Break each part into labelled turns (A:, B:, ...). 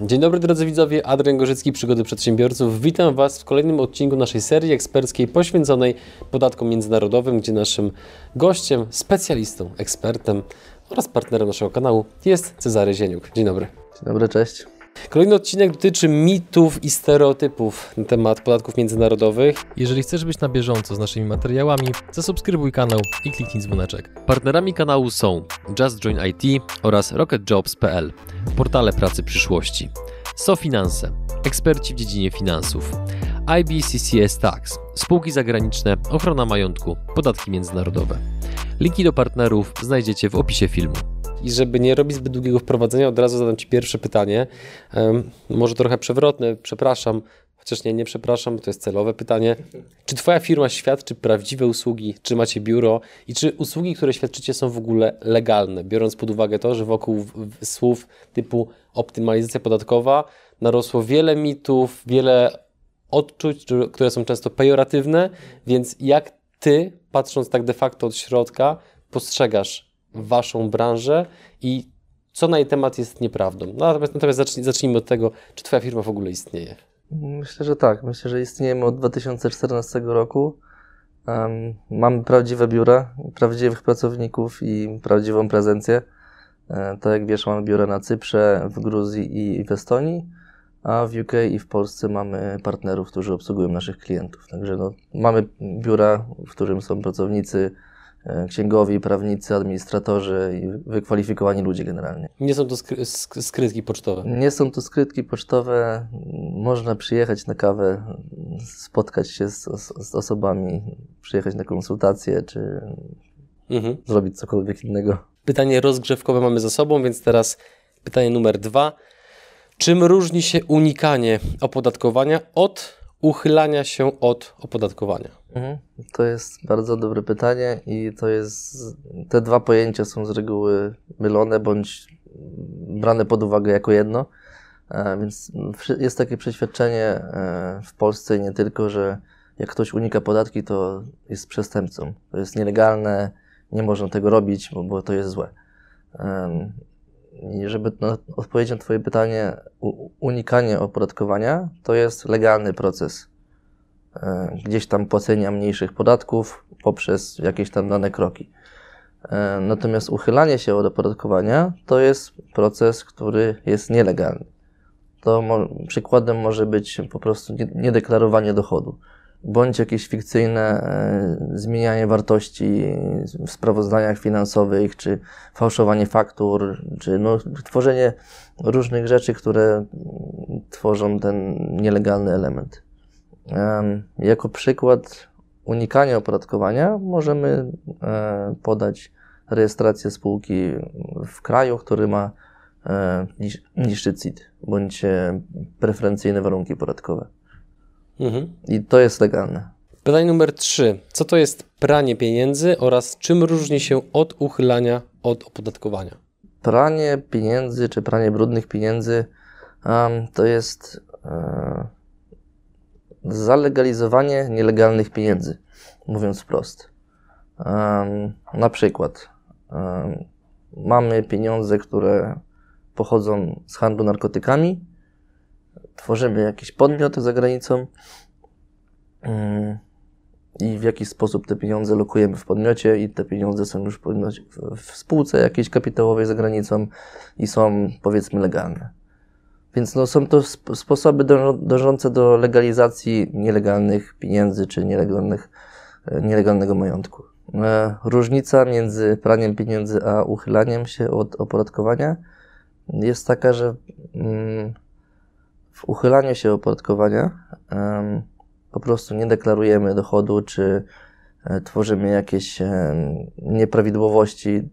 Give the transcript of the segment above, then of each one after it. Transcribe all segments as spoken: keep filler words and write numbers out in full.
A: Dzień dobry drodzy widzowie, Adrian Gorzycki, Przygody Przedsiębiorców. Witam Was w kolejnym odcinku naszej serii eksperckiej poświęconej podatkom międzynarodowym, gdzie naszym gościem, specjalistą, ekspertem oraz partnerem naszego kanału jest Cezary Zieniuk. Dzień dobry.
B: Dzień dobry, cześć.
A: Kolejny odcinek dotyczy mitów i stereotypów na temat podatków międzynarodowych. Jeżeli chcesz być na bieżąco z naszymi materiałami, zasubskrybuj kanał i kliknij dzwoneczek. Partnerami kanału są Just Join I T oraz rocket jobs kropka p l, portale pracy przyszłości, SoFinanse, eksperci w dziedzinie finansów, I B C C S Tax, spółki zagraniczne, ochrona majątku, podatki międzynarodowe. Linki do partnerów znajdziecie w opisie filmu. I żeby nie robić zbyt długiego wprowadzenia, od razu zadam Ci pierwsze pytanie. Um, może trochę przewrotne, przepraszam, chociaż nie, nie przepraszam, to jest celowe pytanie. Czy Twoja firma świadczy prawdziwe usługi? Czy macie biuro? I czy usługi, które świadczycie, są w ogóle legalne? Biorąc pod uwagę to, że wokół słów typu optymalizacja podatkowa narosło wiele mitów, wiele odczuć, które są często pejoratywne, więc jak Ty, patrząc tak de facto od środka, postrzegasz Waszą branżę i co na jej temat jest nieprawdą? No, natomiast natomiast zacznij, zacznijmy od tego, czy Twoja firma w ogóle istnieje?
B: Myślę, że tak. Myślę, że istniejemy od dwa tysiące czternastego roku. Um, mamy prawdziwe biura, prawdziwych pracowników i prawdziwą prezencję. E, tak jak wiesz, mamy biura na Cyprze, w Gruzji i w Estonii, a w U K i w Polsce mamy partnerów, którzy obsługują naszych klientów. Także no, mamy biura, w którym są pracownicy, księgowi, prawnicy, administratorzy i wykwalifikowani ludzie generalnie.
A: Nie są to skry- sk- skrytki pocztowe?
B: Nie są to skrytki pocztowe. Można przyjechać na kawę, spotkać się z, z, z osobami, przyjechać na konsultację, czy mhm. zrobić cokolwiek innego.
A: Pytanie rozgrzewkowe mamy za sobą, więc teraz pytanie numer dwa. Czym różni się unikanie opodatkowania od uchylania się od opodatkowania?
B: Mhm. To jest bardzo dobre pytanie i to jest, te dwa pojęcia są z reguły mylone bądź brane pod uwagę jako jedno, e, więc jest takie przeświadczenie e, w Polsce i nie tylko, że jak ktoś unika podatki, to jest przestępcą. To jest nielegalne, nie można tego robić, bo, bo to jest złe. E, I żeby no, odpowiedzieć na Twoje pytanie, u, unikanie opodatkowania to jest legalny proces. E, gdzieś tam płacenia mniejszych podatków poprzez jakieś tam dane kroki. E, natomiast uchylanie się od opodatkowania to jest proces, który jest nielegalny. To mo- przykładem może być po prostu niedeklarowanie dochodu, bądź jakieś fikcyjne e, zmienianie wartości w sprawozdaniach finansowych, czy fałszowanie faktur, czy no, tworzenie różnych rzeczy, które tworzą ten nielegalny element. E, jako przykład unikania opodatkowania możemy e, podać rejestrację spółki w kraju, który ma e, niż, niższy C I T, bądź e, preferencyjne warunki podatkowe. Mhm. I to jest legalne.
A: Pytanie numer trzy. Co to jest pranie pieniędzy oraz czym różni się od uchylania od opodatkowania?
B: Pranie pieniędzy czy pranie brudnych pieniędzy um, to jest um, zalegalizowanie nielegalnych pieniędzy, mówiąc wprost. Um, na przykład um, mamy pieniądze, które pochodzą z handlu narkotykami, tworzymy jakiś podmiot za granicą um, i w jakiś sposób te pieniądze lokujemy w podmiocie i te pieniądze są już w, podmiocie, w, w spółce jakiejś kapitałowej za granicą i są, powiedzmy, legalne. Więc no, są to sp- sposoby dążące do legalizacji nielegalnych pieniędzy czy nielegalnych, nielegalnego majątku. E, różnica między praniem pieniędzy a uchylaniem się od opodatkowania jest taka, że mm, w uchylaniu się opodatkowania um, po prostu nie deklarujemy dochodu, czy e, tworzymy jakieś e, nieprawidłowości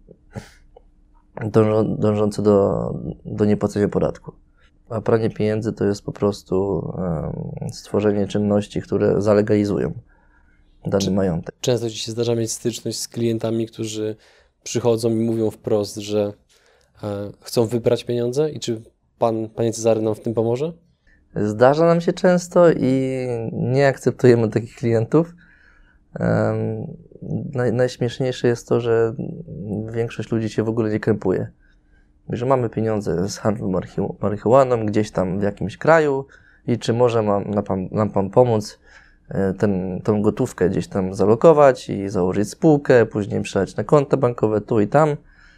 B: dążą, dążące do, do niepłacenia podatku. A pranie pieniędzy to jest po prostu um, stworzenie czynności, które zalegalizują dany Czy, majątek.
A: Często Ci się zdarza mieć styczność z klientami, którzy przychodzą i mówią wprost, że e, chcą wybrać pieniądze i czy Pan, Panie Cezary, nam w tym pomoże?
B: Zdarza nam się często i nie akceptujemy takich klientów. Um, naj, najśmieszniejsze jest to, że większość ludzi się w ogóle nie krępuje. że mamy pieniądze z handlu marihu- marihuaną gdzieś tam w jakimś kraju i czy może ma, nam, pan, nam pan pomóc ten, tą gotówkę gdzieś tam zalokować i założyć spółkę, później przelać na konta bankowe tu i tam.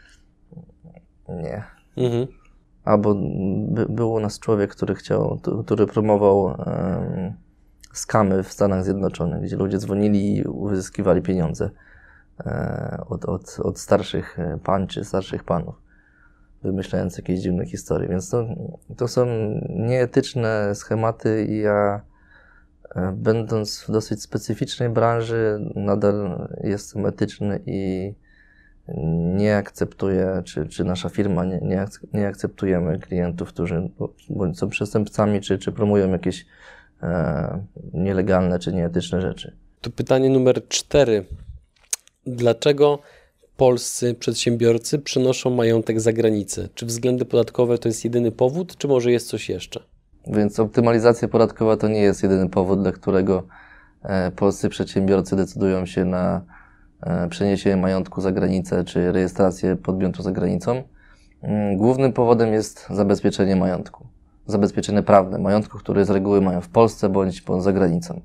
B: Nie. Mhm. Albo by, był u nas człowiek, który chciał, który promował um, skamy w Stanach Zjednoczonych, gdzie ludzie dzwonili i uzyskiwali pieniądze e, od, od, od starszych pań czy starszych panów, wymyślając jakieś dziwne historie. Więc to, to są nieetyczne schematy i ja, e, będąc w dosyć specyficznej branży, nadal jestem etyczny i nie akceptuję, czy, czy nasza firma nie, nie, nie akceptujemy klientów, którzy bądź są przestępcami, czy, czy promują jakieś e, nielegalne, czy nieetyczne rzeczy.
A: To pytanie numer cztery. Dlaczego polscy przedsiębiorcy przenoszą majątek za granicę? Czy względy podatkowe to jest jedyny powód, czy może jest coś jeszcze?
B: Więc optymalizacja podatkowa to nie jest jedyny powód, dla którego e, polscy przedsiębiorcy decydują się na przeniesienie majątku za granicę, czy rejestrację podmiotu za granicą. Głównym powodem jest zabezpieczenie majątku. Zabezpieczenie prawne majątku, który z reguły mają w Polsce bądź za granicą.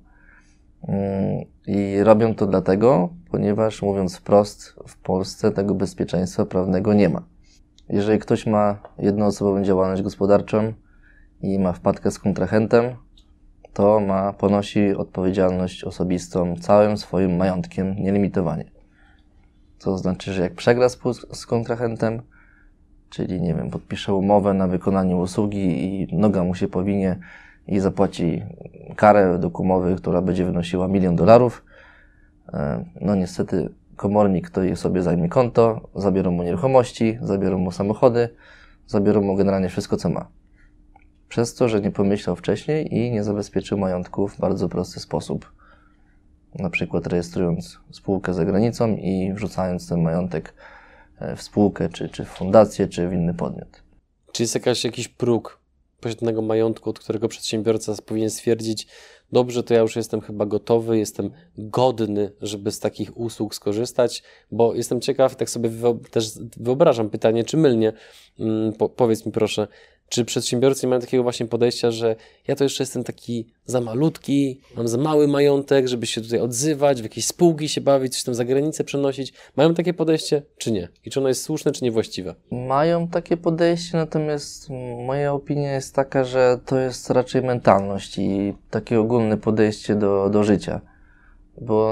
B: I robią to dlatego, ponieważ mówiąc wprost, w Polsce tego bezpieczeństwa prawnego nie ma. Jeżeli ktoś ma jednoosobową działalność gospodarczą i ma wpadkę z kontrahentem, to ma, ponosi odpowiedzialność osobistą całym swoim majątkiem nielimitowanie. To znaczy, że jak przegra z, z kontrahentem, czyli nie wiem, podpisze umowę na wykonanie usługi i noga mu się powinie i zapłaci karę według umowy, która będzie wynosiła milion dolarów, no niestety komornik to sobie zajmie konto, zabiorą mu nieruchomości, zabiorą mu samochody, zabiorą mu generalnie wszystko, co ma. Przez to, że nie pomyślał wcześniej i nie zabezpieczył majątku w bardzo prosty sposób. Na przykład rejestrując spółkę za granicą i wrzucając ten majątek w spółkę, czy, czy w fundację, czy w inny podmiot.
A: Czy jest jakaś, jakiś próg posiadanego majątku, od którego przedsiębiorca powinien stwierdzić, dobrze, to ja już jestem chyba gotowy, jestem godny, żeby z takich usług skorzystać, bo jestem ciekaw, tak sobie wyo- też wyobrażam pytanie, czy mylnie, mm, po- powiedz mi proszę, czy przedsiębiorcy mają takiego właśnie podejścia, że ja to jeszcze jestem taki za malutki, mam za mały majątek, żeby się tutaj odzywać, w jakieś spółki się bawić, coś tam za granicę przenosić. Mają takie podejście, czy nie? I czy ono jest słuszne, czy niewłaściwe?
B: Mają takie podejście, natomiast moja opinia jest taka, że to jest raczej mentalność i takie ogólne podejście do, do życia. Bo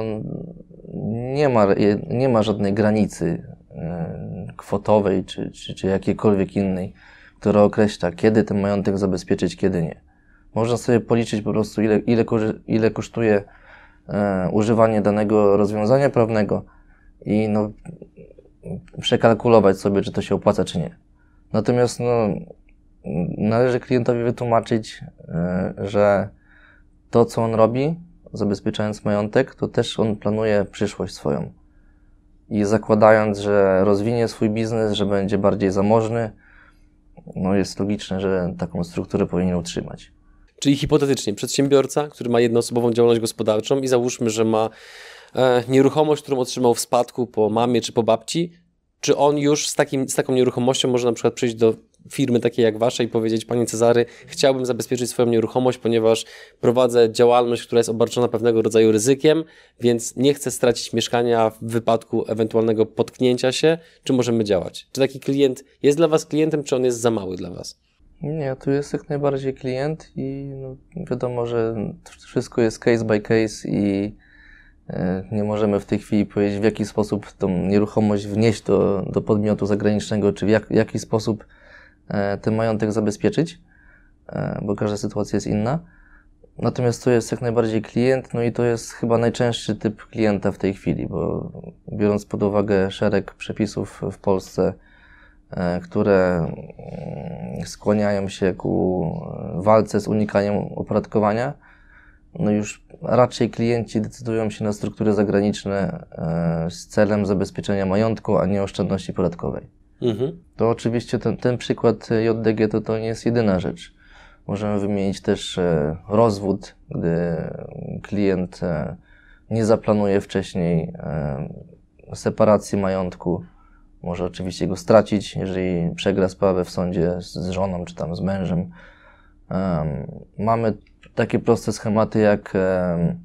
B: nie ma, nie ma żadnej granicy kwotowej, czy, czy, czy jakiejkolwiek innej, która określa, kiedy ten majątek zabezpieczyć, kiedy nie. Można sobie policzyć po prostu, ile, ile, ile kosztuje e, używanie danego rozwiązania prawnego i no, przekalkulować sobie, czy to się opłaca, czy nie. Natomiast no, należy klientowi wytłumaczyć, e, że to, co on robi, zabezpieczając majątek, to też on planuje przyszłość swoją. I zakładając, że rozwinie swój biznes, że będzie bardziej zamożny, no jest logiczne, że taką strukturę powinien utrzymać.
A: Czyli hipotetycznie przedsiębiorca, który ma jednoosobową działalność gospodarczą i załóżmy, że ma e, nieruchomość, którą otrzymał w spadku po mamie czy po babci, czy on już z, takim, z taką nieruchomością może na przykład przyjść do firmy takiej jak wasza i powiedzieć: panie Cezary, chciałbym zabezpieczyć swoją nieruchomość, ponieważ prowadzę działalność, która jest obarczona pewnego rodzaju ryzykiem, więc nie chcę stracić mieszkania w wypadku ewentualnego potknięcia się. Czy możemy działać? Czy taki klient jest dla was klientem, czy on jest za mały dla was?
B: Nie, tu jest jak najbardziej klient i no, wiadomo, że wszystko jest case by case i nie możemy w tej chwili powiedzieć, w jaki sposób tą nieruchomość wnieść do, do podmiotu zagranicznego, czy w jak, jaki sposób ten majątek zabezpieczyć, bo każda sytuacja jest inna. Natomiast to jest jak najbardziej klient, no i to jest chyba najczęstszy typ klienta w tej chwili, bo biorąc pod uwagę szereg przepisów w Polsce, które skłaniają się ku walce z unikaniem opodatkowania, no już raczej klienci decydują się na struktury zagraniczne z celem zabezpieczenia majątku, a nie oszczędności podatkowej. Mhm. To oczywiście ten, ten przykład J D G to, to nie jest jedyna rzecz. Możemy wymienić też rozwód, gdy klient nie zaplanuje wcześniej separacji majątku. Może oczywiście go stracić, jeżeli przegra sprawę w sądzie z żoną czy tam z mężem. Um, mamy takie proste schematy jak um,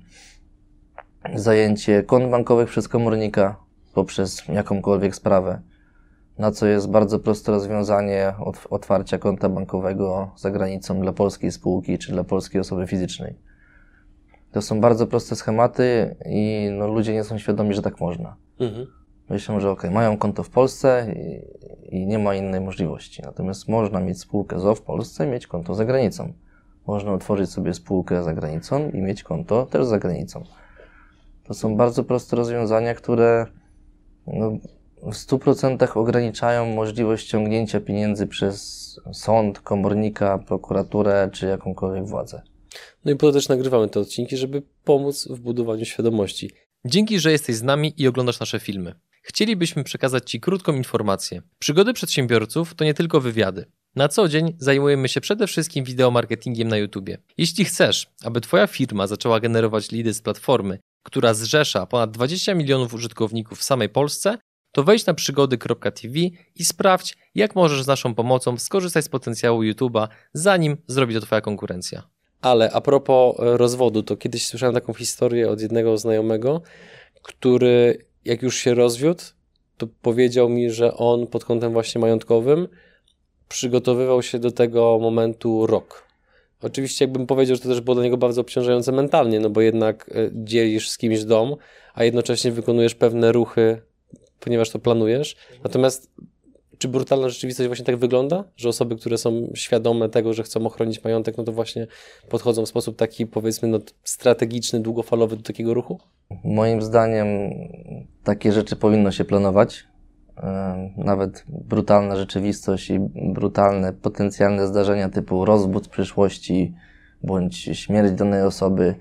B: zajęcie kont bankowych przez komornika poprzez jakąkolwiek sprawę, na co jest bardzo proste rozwiązanie od, otwarcia konta bankowego za granicą dla polskiej spółki czy dla polskiej osoby fizycznej. To są bardzo proste schematy i no, ludzie nie są świadomi, że tak można. Mhm. Myślą, że ok, mają konto w Polsce i, i nie ma innej możliwości. Natomiast można mieć spółkę z o o w Polsce i mieć konto za granicą. Można otworzyć sobie spółkę za granicą i mieć konto też za granicą. To są bardzo proste rozwiązania, które no, w stu procentach ograniczają możliwość ściągnięcia pieniędzy przez sąd, komornika, prokuraturę czy jakąkolwiek władzę.
A: No i po to też nagrywamy te odcinki, żeby pomóc w budowaniu świadomości. Dzięki, że jesteś z nami i oglądasz nasze filmy. Chcielibyśmy przekazać Ci krótką informację. Przygody przedsiębiorców to nie tylko wywiady. Na co dzień zajmujemy się przede wszystkim wideomarketingiem na YouTubie. Jeśli chcesz, aby Twoja firma zaczęła generować lidy z platformy, która zrzesza ponad dwadzieścia milionów użytkowników w samej Polsce, to wejdź na przygody kropka t v i sprawdź, jak możesz z naszą pomocą skorzystać z potencjału YouTube'a, zanim zrobi to Twoja konkurencja. Ale a propos rozwodu, to kiedyś słyszałem taką historię od jednego znajomego, który jak już się rozwiódł, to powiedział mi, że on pod kątem właśnie majątkowym przygotowywał się do tego momentu rok. Oczywiście jakbym powiedział, że to też było dla niego bardzo obciążające mentalnie, no bo jednak dzielisz z kimś dom, a jednocześnie wykonujesz pewne ruchy, ponieważ to planujesz. Natomiast czy brutalna rzeczywistość właśnie tak wygląda, że osoby, które są świadome tego, że chcą ochronić majątek, no to właśnie podchodzą w sposób taki, powiedzmy, no, strategiczny, długofalowy do takiego ruchu?
B: Moim zdaniem takie rzeczy powinno się planować. Nawet brutalna rzeczywistość i brutalne potencjalne zdarzenia typu rozwód w przyszłości bądź śmierć danej osoby,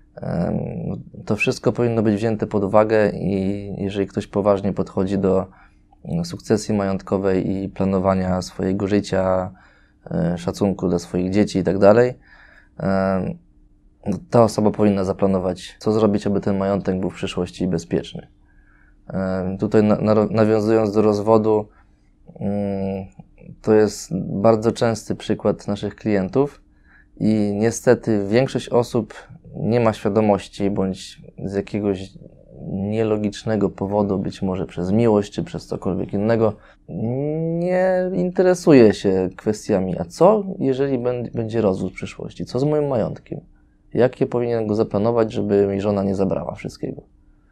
B: to wszystko powinno być wzięte pod uwagę i jeżeli ktoś poważnie podchodzi do sukcesji majątkowej i planowania swojego życia, szacunku dla swoich dzieci i tak dalej, ta osoba powinna zaplanować, co zrobić, aby ten majątek był w przyszłości bezpieczny. Tutaj na, na, nawiązując do rozwodu, to jest bardzo częsty przykład naszych klientów i niestety większość osób nie ma świadomości bądź z jakiegoś nielogicznego powodu, być może przez miłość czy przez cokolwiek innego, nie interesuje się kwestiami, a co jeżeli będzie rozwód w przyszłości, co z moim majątkiem, jakie powinien go zaplanować, żeby mi żona nie zabrała wszystkiego.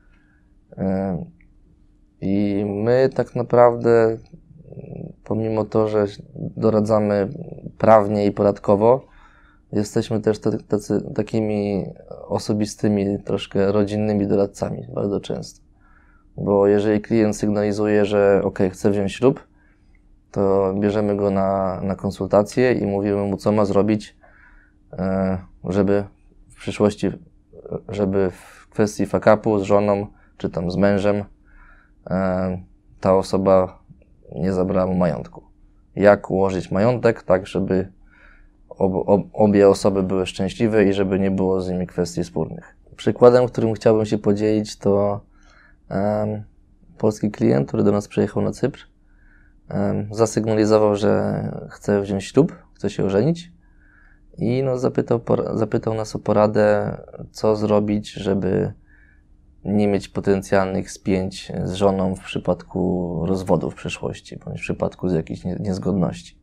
B: I my tak naprawdę, pomimo to, że doradzamy prawnie i podatkowo, jesteśmy też tacy, takimi osobistymi, troszkę rodzinnymi doradcami bardzo często. Bo jeżeli klient sygnalizuje, że ok, chce wziąć ślub, to bierzemy go na, na konsultację i mówimy mu, co ma zrobić, żeby w przyszłości, żeby w kwestii fuck-upu z żoną, czy tam z mężem, ta osoba nie zabrała mu majątku. Jak ułożyć majątek tak, żeby ob, ob, obie osoby były szczęśliwe i żeby nie było z nimi kwestii spórnych. Przykładem, którym chciałbym się podzielić, to um, polski klient, który do nas przyjechał na Cypr, um, zasygnalizował, że chce wziąć ślub, chce się ożenić i no, zapytał, zapytał nas o poradę, co zrobić, żeby nie mieć potencjalnych spięć z żoną w przypadku rozwodu w przyszłości, bądź w przypadku z jakichś niezgodności.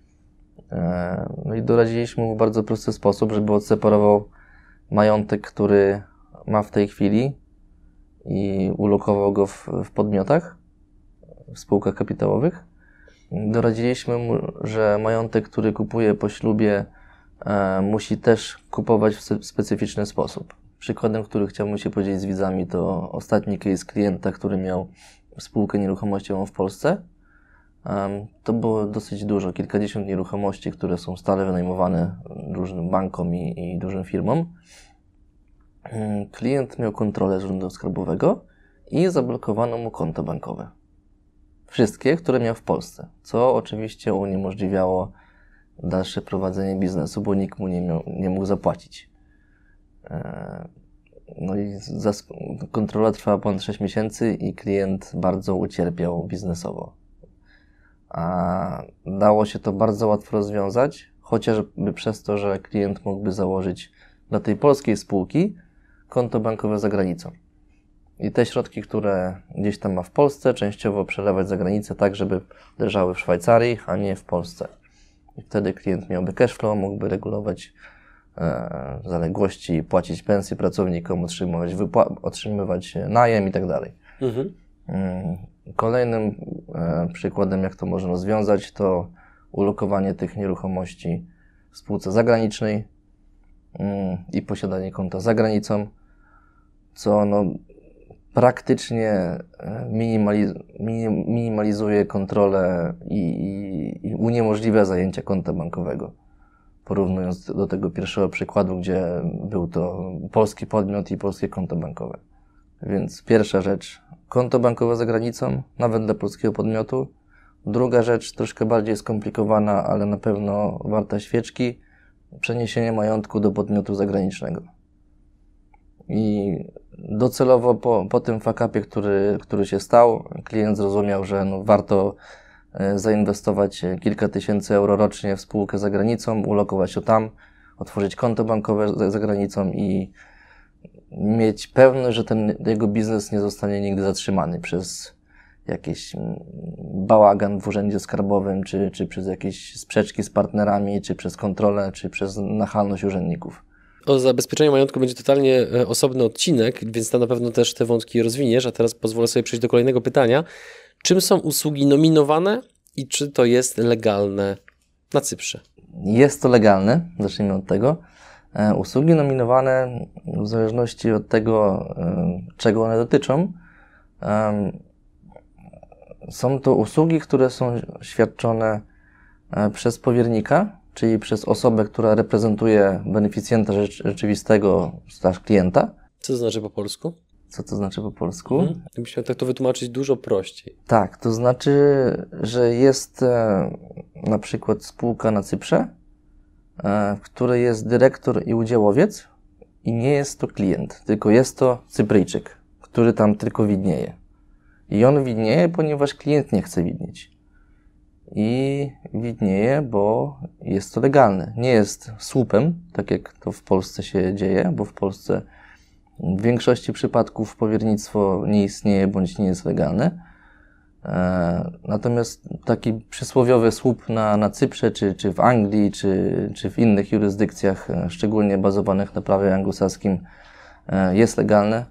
B: No i doradziliśmy mu w bardzo prosty sposób, żeby odseparował majątek, który ma w tej chwili i ulokował go w, w podmiotach, w spółkach kapitałowych. Doradziliśmy mu, że majątek, który kupuje po ślubie, e, musi też kupować w specyficzny sposób. Przykładem, który chciałbym się podzielić z widzami, to ostatni case klienta, który miał spółkę nieruchomościową w Polsce. Um, to było dosyć dużo, kilkadziesiąt nieruchomości, które są stale wynajmowane różnym bankom i, i dużym firmom. Um, klient miał kontrolę z Urzędu Skarbowego i zablokowano mu konto bankowe. Wszystkie, które miał w Polsce, co oczywiście uniemożliwiało dalsze prowadzenie biznesu, bo nikt mu nie, miał, nie mógł zapłacić. no i zas- kontrola trwała ponad sześć miesięcy i klient bardzo ucierpiał biznesowo. A dało się to bardzo łatwo rozwiązać, chociażby przez to, że klient mógłby założyć dla tej polskiej spółki konto bankowe za granicą. I te środki, które gdzieś tam ma w Polsce, częściowo przelewać za granicę tak, żeby leżały w Szwajcarii, a nie w Polsce. I wtedy klient miałby cashflow, mógłby regulować e, zaległości, płacić pensje pracownikom, otrzymywać, wypła- otrzymywać najem i tak dalej. Mhm. Kolejnym e, przykładem, jak to można rozwiązać, to ulokowanie tych nieruchomości w spółce zagranicznej mm, i posiadanie konta za granicą, co no, praktycznie minimaliz- minim- minimalizuje kontrolę i, i, i uniemożliwia zajęcie konta bankowego. Porównując do tego pierwszego przykładu, gdzie był to polski podmiot i polskie konto bankowe. Więc pierwsza rzecz, konto bankowe za granicą, nawet dla polskiego podmiotu. Druga rzecz, troszkę bardziej skomplikowana, ale na pewno warta świeczki, przeniesienie majątku do podmiotu zagranicznego. I docelowo po, po tym fuck-upie, który, który się stał, klient zrozumiał, że no warto zainwestować kilka tysięcy euro rocznie w spółkę za granicą, ulokować to tam, otworzyć konto bankowe za, za granicą i mieć pewność, że ten jego biznes nie zostanie nigdy zatrzymany przez jakiś bałagan w urzędzie skarbowym, czy, czy przez jakieś sprzeczki z partnerami, czy przez kontrolę, czy przez nachalność urzędników.
A: O zabezpieczeniu majątku będzie totalnie osobny odcinek, więc tam na pewno też te wątki rozwiniesz, a teraz pozwolę sobie przejść do kolejnego pytania. Czym są usługi nominowane i czy to jest legalne na Cyprze?
B: Jest to legalne, zacznijmy od tego. E, usługi nominowane, w zależności od tego, e, czego one dotyczą, e, są to usługi, które są świadczone e, przez powiernika, czyli przez osobę, która reprezentuje beneficjenta rzecz, rzeczywistego, slash klienta.
A: Co to znaczy po polsku?
B: Co to znaczy po polsku?
A: Hmm. Gdybyśmy tak to wytłumaczyć dużo prościej.
B: Tak, to znaczy, że jest e, na przykład spółka na Cyprze, e, w której jest dyrektor i udziałowiec i nie jest to klient, tylko jest to Cypryjczyk, który tam tylko widnieje. I on widnieje, ponieważ klient nie chce widnieć. I widnieje, bo jest to legalne. Nie jest słupem, tak jak to w Polsce się dzieje, bo w Polsce w większości przypadków powiernictwo nie istnieje bądź nie jest legalne. E, natomiast taki przysłowiowy słup na, na Cyprze, czy, czy w Anglii, czy, czy w innych jurysdykcjach, szczególnie bazowanych na prawie anglosaskim, e, jest legalne.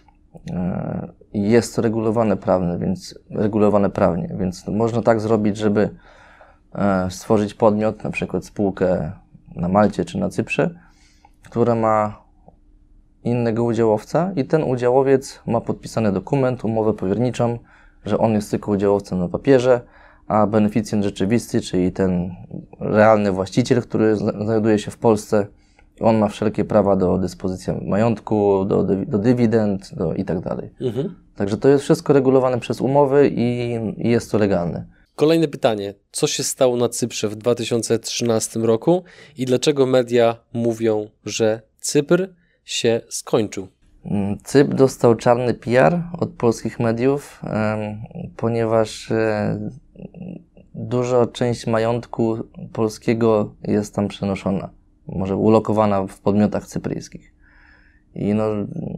B: E, i jest to regulowane prawne, więc regulowane prawnie, więc można tak zrobić, żeby e, stworzyć podmiot, na przykład spółkę na Malcie czy na Cyprze, która ma innego udziałowca i ten udziałowiec ma podpisany dokument, umowę powierniczą, że on jest tylko udziałowcem na papierze, a beneficjent rzeczywisty, czyli ten realny właściciel, który znajduje się w Polsce, on ma wszelkie prawa do dyspozycji majątku, do, do dywidend do i tak dalej. Mhm. Także to jest wszystko regulowane przez umowy i, i jest to legalne.
A: Kolejne pytanie. Co się stało na Cyprze w dwa tysiące trzynastym roku i dlaczego media mówią, że Cypr się skończył?
B: Cypr dostał czarny P R od polskich mediów, ponieważ duża część majątku polskiego jest tam przenoszona, może ulokowana w podmiotach cypryjskich. I no,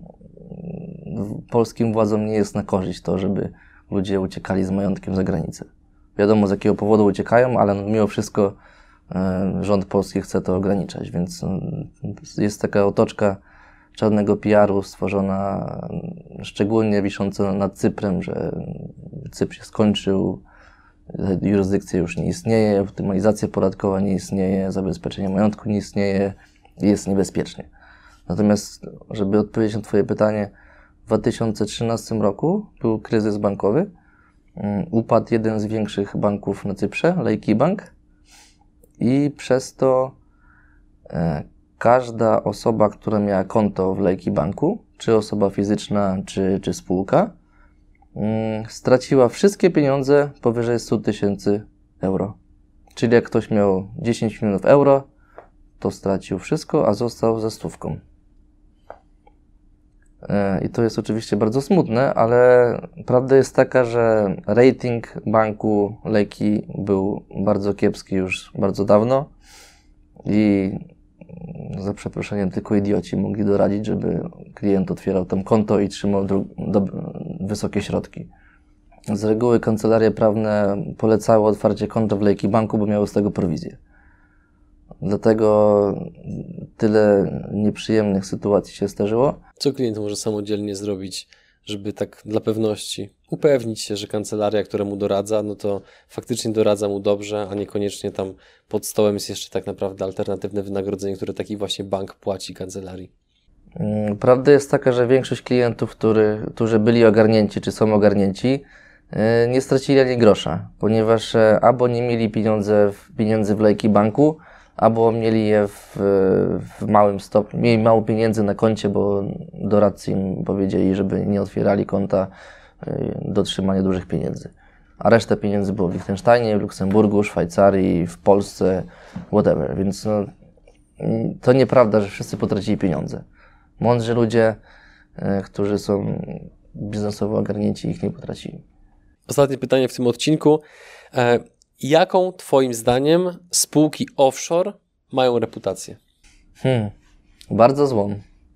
B: polskim władzom nie jest na korzyść to, żeby ludzie uciekali z majątkiem za granicę. Wiadomo, z jakiego powodu uciekają, ale no, mimo wszystko rząd polski chce to ograniczać, więc jest taka otoczka czarnego P R u stworzona szczególnie wisząca nad Cyprem, że Cypr się skończył, jurysdykcja już nie istnieje, optymalizacja podatkowa nie istnieje, zabezpieczenie majątku nie istnieje i jest niebezpiecznie. Natomiast, żeby odpowiedzieć na Twoje pytanie, w dwa tysiące trzynastym roku był kryzys bankowy, upadł jeden z większych banków na Cyprze, Laiki Bank, i przez to e, każda osoba, która miała konto w Laiki Banku, czy osoba fizyczna, czy, czy spółka, mm, straciła wszystkie pieniądze powyżej sto tysięcy euro. Czyli jak ktoś miał dziesięć milionów euro, to stracił wszystko, a został ze stówką. I to jest oczywiście bardzo smutne, ale prawda jest taka, że rating banku Leki był bardzo kiepski już bardzo dawno i za przeproszeniem tylko idioci mogli doradzić, żeby klient otwierał tam konto i trzymał wysokie środki. Z reguły kancelarie prawne polecały otwarcie konta w Leki banku, bo miały z tego prowizję. Dlatego tyle nieprzyjemnych sytuacji się zdarzyło.
A: Co klient może samodzielnie zrobić, żeby tak dla pewności upewnić się, że kancelaria, która mu doradza, no to faktycznie doradza mu dobrze, a niekoniecznie tam pod stołem jest jeszcze tak naprawdę alternatywne wynagrodzenie, które taki właśnie bank płaci kancelarii?
B: Prawda jest taka, że większość klientów, który, którzy byli ogarnięci czy są ogarnięci, nie stracili ani grosza, ponieważ albo nie mieli pieniądze w, pieniędzy w Leki banku, albo mieli je w, w małym stopniu, mieli mało pieniędzy na koncie, bo doradcy im powiedzieli, żeby nie otwierali konta do trzymania dużych pieniędzy. A reszta pieniędzy było w Liechtensteinie, w Luksemburgu, Szwajcarii, w Polsce, whatever. Więc no, to nieprawda, że wszyscy potracili pieniądze. Mądrzy ludzie, którzy są biznesowo ogarnięci, ich nie potracili.
A: Ostatnie pytanie w tym odcinku. Jaką Twoim zdaniem spółki offshore mają reputację?
B: Hmm, bardzo złą.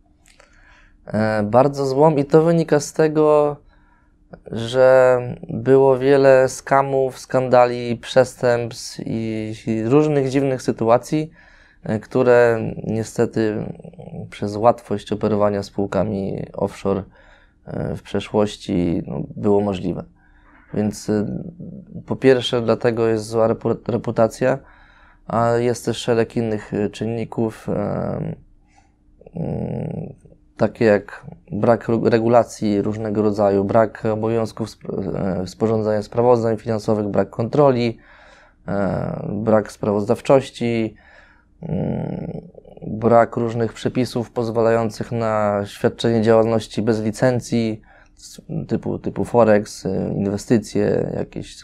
B: E, bardzo złą i to wynika z tego, że było wiele skamów, skandali, przestępstw i, i różnych dziwnych sytuacji, e, które niestety przez łatwość operowania spółkami offshore e, w przeszłości no, było możliwe. Więc po pierwsze dlatego jest zła reputacja, a jest też szereg innych czynników, e, e, takie jak brak regulacji różnego rodzaju, brak obowiązków e, sporządzania sprawozdań finansowych, brak kontroli, e, brak sprawozdawczości, e, brak różnych przepisów pozwalających na świadczenie działalności bez licencji, typu, typu Forex, inwestycje, jakieś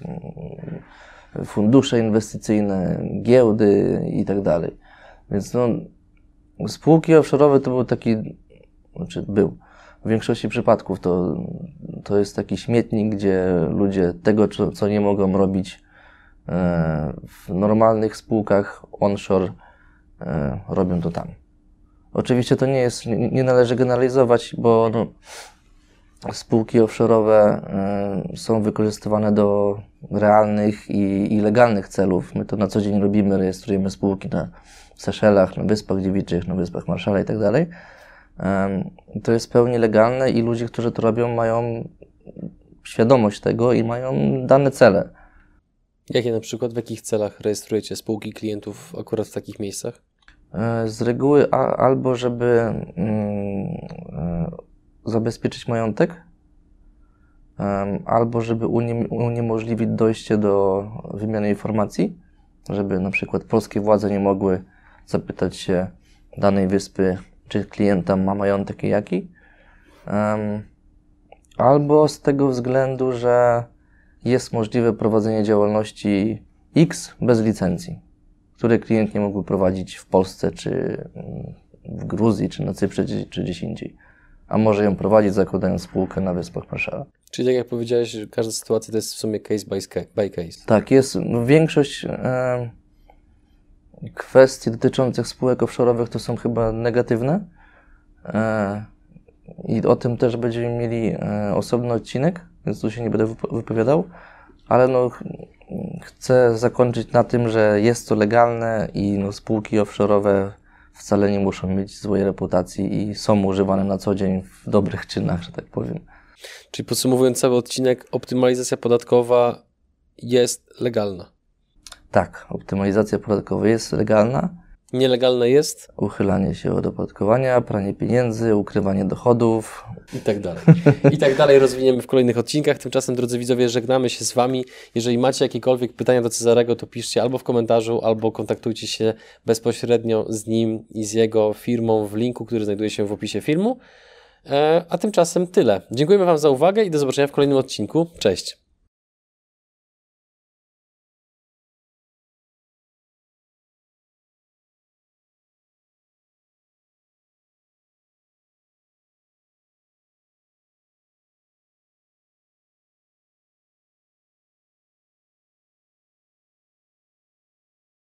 B: fundusze inwestycyjne, giełdy i tak dalej. Więc no, spółki offshore'owe to był taki, znaczy był, w większości przypadków to, to jest taki śmietnik, gdzie ludzie tego, co, co nie mogą robić w normalnych spółkach onshore, robią to tam. Oczywiście to nie jest, nie, nie należy generalizować, bo no, spółki offshore'owe y, są wykorzystywane do realnych i, i legalnych celów. My to na co dzień robimy, rejestrujemy spółki na Seszelach, na Wyspach Dziewiczych, na Wyspach Marszala i tak dalej. To jest w pełni legalne i ludzie, którzy to robią, mają świadomość tego i mają dane cele.
A: Jakie na przykład, w jakich celach rejestrujecie spółki klientów akurat w takich miejscach?
B: Z reguły a, albo żeby mm, zabezpieczyć majątek, albo żeby unie, uniemożliwić dojście do wymiany informacji, żeby na przykład polskie władze nie mogły zapytać się danej wyspy, czy klienta ma majątek i jaki, albo z tego względu, że jest możliwe prowadzenie działalności X bez licencji, której klient nie mógłby prowadzić w Polsce, czy w Gruzji, czy na Cyprze, czy, czy gdzieś indziej. A może ją prowadzić, zakładając spółkę na Wyspach Marszala.
A: Czyli tak jak powiedziałeś, każda sytuacja to jest w sumie case by case.
B: Tak, jest większość e, kwestii dotyczących spółek offshore'owych to są chyba negatywne. E, I o tym też będziemy mieli e, osobny odcinek, więc tu się nie będę wypowiadał. Ale no, chcę zakończyć na tym, że jest to legalne i no, spółki offshore'owe wcale nie muszą mieć złej reputacji i są używane na co dzień w dobrych czynach, że tak powiem.
A: Czyli podsumowując cały odcinek, optymalizacja podatkowa jest legalna.
B: Tak, optymalizacja podatkowa jest legalna.
A: Nielegalne jest?
B: Uchylanie się od opodatkowania, pranie pieniędzy, ukrywanie dochodów.
A: I tak dalej. I tak dalej rozwiniemy w kolejnych odcinkach. Tymczasem, drodzy widzowie, żegnamy się z Wami. Jeżeli macie jakiekolwiek pytania do Cezarego, to piszcie albo w komentarzu, albo kontaktujcie się bezpośrednio z nim i z jego firmą w linku, który znajduje się w opisie filmu. A tymczasem tyle. Dziękujemy Wam za uwagę i do zobaczenia w kolejnym odcinku. Cześć!